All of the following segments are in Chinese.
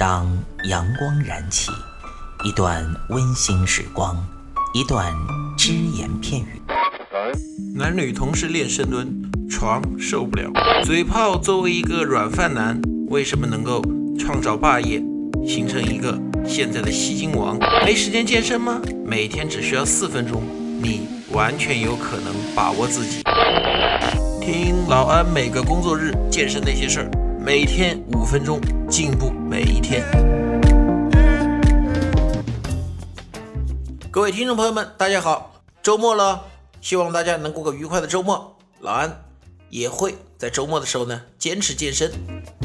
当阳光燃起，一段温馨时光，一段只言片语。 男女同时练深蹲，床受不了。嘴炮作为一个软饭男，为什么能够创造霸业，形成一个现在的吸金王？没时间健身吗？每天只需要4分钟，你完全有可能把握自己。听老安每个工作日健身那些事儿，每天5分钟，进步每一天。各位听众朋友们，大家好，周末了，希望大家能过个愉快的周末。老安也会在周末的时候呢坚持健身。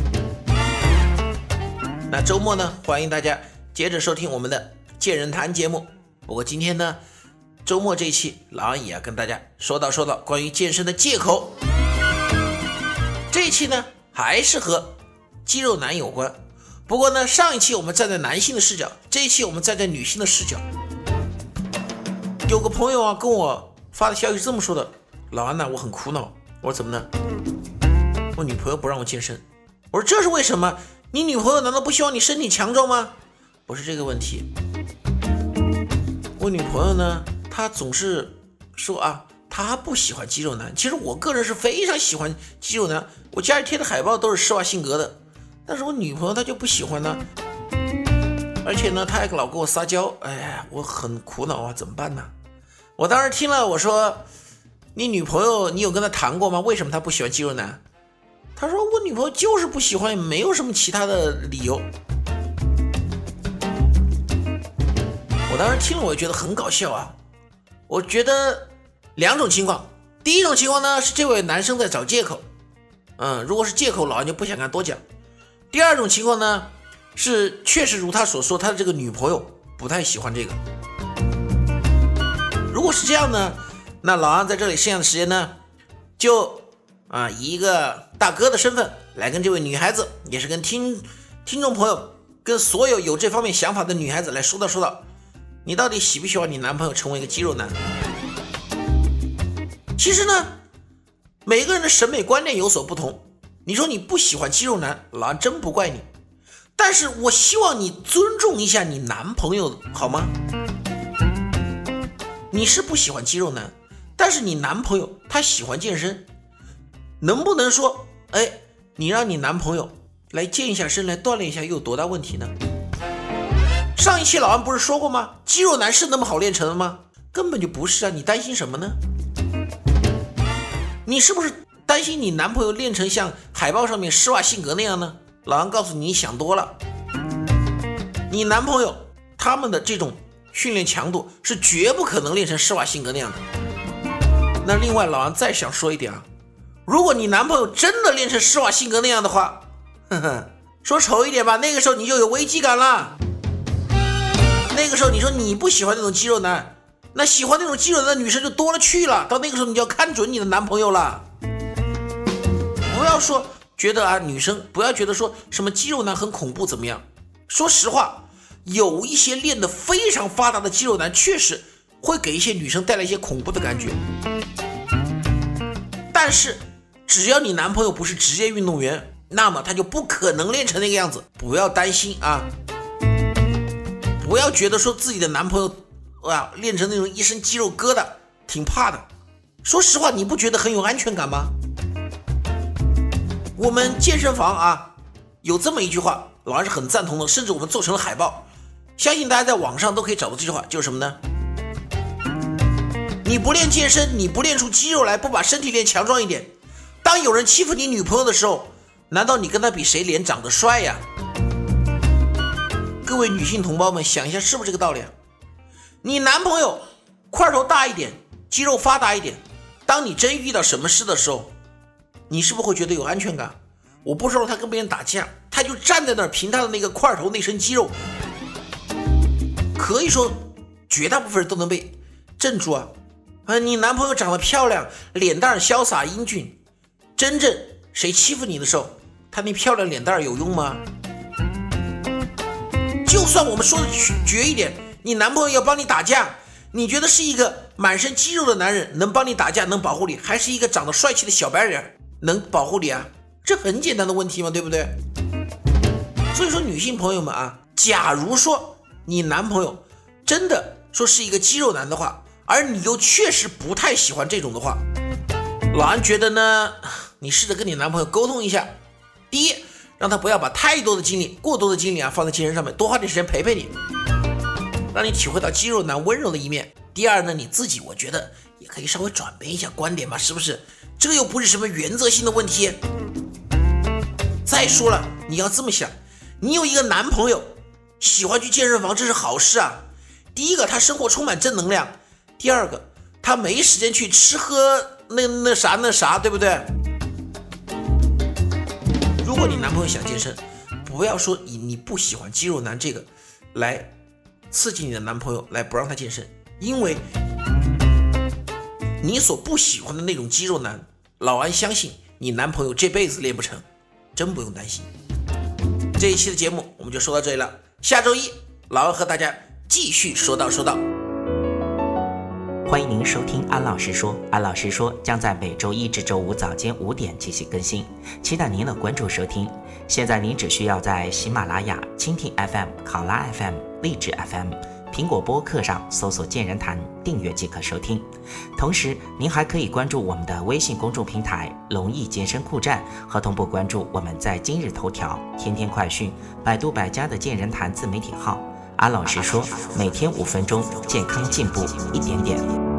那周末呢，欢迎大家接着收听我们的健人谈节目。不过今天呢，周末这一期老安也要跟大家说到关于健身的借口。这一期呢还是和肌肉男有关，不过呢上一期我们站在男性的视角，这一期我们站在女性的视角。有个朋友啊跟我发的消息是这么说的：老安呐，我很苦恼。我说怎么呢？我女朋友不让我健身。我说这是为什么？你女朋友难道不希望你身体强壮吗？不是这个问题。我女朋友呢，她总是说啊，她不喜欢肌肉男。其实我个人是非常喜欢肌肉男，我家里贴的海报都是施瓦辛格的，但是我女朋友她就不喜欢呢。而且呢，她还老跟我撒娇，哎呀，我很苦恼啊，怎么办呢？我当时听了，我说你女朋友你有跟她谈过吗？为什么她不喜欢肌肉男？她说我女朋友就是不喜欢，没有什么其他的理由。我当时听了我也觉得很搞笑啊。我觉得2种情况，第一种情况呢是这位男生在找借口，如果是借口，老安就不想跟他多讲。第二种情况呢是确实如他所说，他的这个女朋友不太喜欢这个。如果是这样呢，那老安在这里剩下的时间呢，就以一个大哥的身份来跟这位女孩子，也是跟听众朋友，跟所有有这方面想法的女孩子来说道，你到底喜不喜欢你男朋友成为一个肌肉男？其实呢，每个人的审美观念有所不同。你说你不喜欢肌肉男，老安真不怪你，但是我希望你尊重一下你男朋友，好吗？你是不喜欢肌肉男，但是你男朋友他喜欢健身，能不能说你让你男朋友来健一下身，来锻炼一下，又有多大问题呢？上一期老安不是说过吗？肌肉男是那么好练成的吗？根本就不是啊，你担心什么呢？你是不是担心你男朋友练成像海报上面施瓦辛格那样呢？老安告诉你，你想多了。你男朋友他们的这种训练强度是绝不可能练成施瓦辛格那样的。那另外老安再想说一点啊，如果你男朋友真的练成施瓦辛格那样的话，说丑一点吧，那个时候你就有危机感了。那个时候你说你不喜欢那种肌肉男，那喜欢那种肌肉男的女生就多了去了，到那个时候你就要看准你的男朋友了。不要说觉得女生不要觉得说什么肌肉男很恐怖怎么样。说实话，有一些练得非常发达的肌肉男确实会给一些女生带来一些恐怖的感觉，但是只要你男朋友不是职业运动员，那么他就不可能练成那个样子。不要担心啊，不要觉得说自己的男朋友练成那种一身肌肉疙瘩挺怕的。说实话，你不觉得很有安全感吗？我们健身房有这么一句话，老安是很赞同的，甚至我们做成了海报，相信大家在网上都可以找到这句话，就是什么呢？你不练健身，你不练出肌肉来，不把身体练强壮一点，当有人欺负你女朋友的时候，难道你跟他比谁脸长得帅呀？各位女性同胞们，想一下是不是这个道理？你男朋友块头大一点，肌肉发达一点，当你真遇到什么事的时候，你是不是会觉得有安全感？我不说他跟别人打架，他就站在那儿，凭他的那个块头那身肌肉，可以说绝大部分人都能被镇住啊。你男朋友长得漂亮，脸蛋潇洒英俊，真正谁欺负你的时候，他那漂亮脸蛋有用吗？就算我们说的绝一点，你男朋友要帮你打架，你觉得是一个满身肌肉的男人能帮你打架能保护你，还是一个长得帅气的小白人能保护你啊？这很简单的问题嘛，对不对？ 所以说女性朋友们啊，假如说你男朋友真的说是一个肌肉男的话，而你又确实不太喜欢这种的话，老安觉得呢，你试着跟你男朋友沟通一下。第一，让他不要把过多的精力放在健身上面，多花点时间陪陪你，让你体会到肌肉男温柔的一面。第二呢，你自己我觉得也可以稍微转变一下观点嘛，是不是？这又不是什么原则性的问题。再说了，你要这么想，你有一个男朋友喜欢去健身房，这是好事啊。第一个，他生活充满正能量；第二个，他没时间去吃喝那啥，对不对？如果你男朋友想健身，不要说以你不喜欢肌肉男这个来刺激你的男朋友，来不让他健身，因为你所不喜欢的那种肌肉男，老安相信你男朋友这辈子练不成，真不用担心。这一期的节目我们就说到这里了，下周一老安和大家继续说道。 欢迎您收听安老师说，安老师说将在每周一至周五早间5点进行更新，期待您的关注收听。现在您只需要在喜马拉雅、蜻蜓 FM、考拉 FM、荔枝 FM、苹果播客上搜索健人谈订阅即可收听。同时您还可以关注我们的微信公众平台龙毅健身酷站，和同步关注我们在今日头条、天天快讯、百度百家的健人谈自媒体号。安老师说，每天5分钟，健康进步一点点。